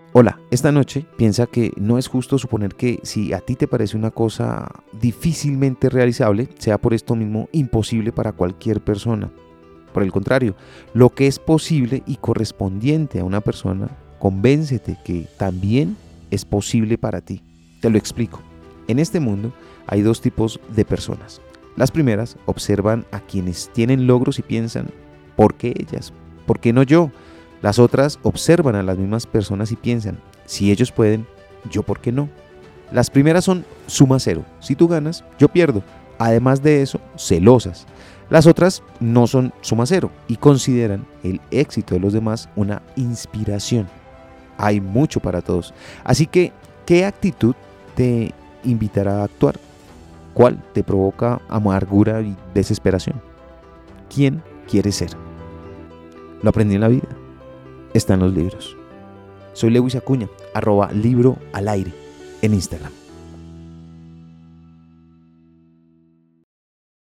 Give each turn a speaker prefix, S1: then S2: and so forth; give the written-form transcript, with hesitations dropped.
S1: Hola, esta noche piensa que no es justo suponer que si a ti te parece una cosa difícilmente realizable, sea por esto mismo imposible para cualquier persona. Por el contrario, lo que es posible y correspondiente a una persona, convéncete que también es posible para ti. Te lo explico. En este mundo hay dos tipos de personas. Las primeras observan a quienes tienen logros y piensan, ¿por qué ellas? ¿Por qué no yo? Las otras observan a las mismas personas y piensan, si ellos pueden, yo por qué no. Las primeras son suma cero, si tú ganas, yo pierdo. Además de eso, celosas. Las otras no son suma cero y consideran el éxito de los demás una inspiración. Hay mucho para todos. Así que, ¿qué actitud te invitará a actuar? ¿Cuál te provoca amargura y desesperación? ¿Quién quieres ser? Lo aprendí en la vida. Está en los libros. Soy Lewis Acuña, @libro al aire en Instagram.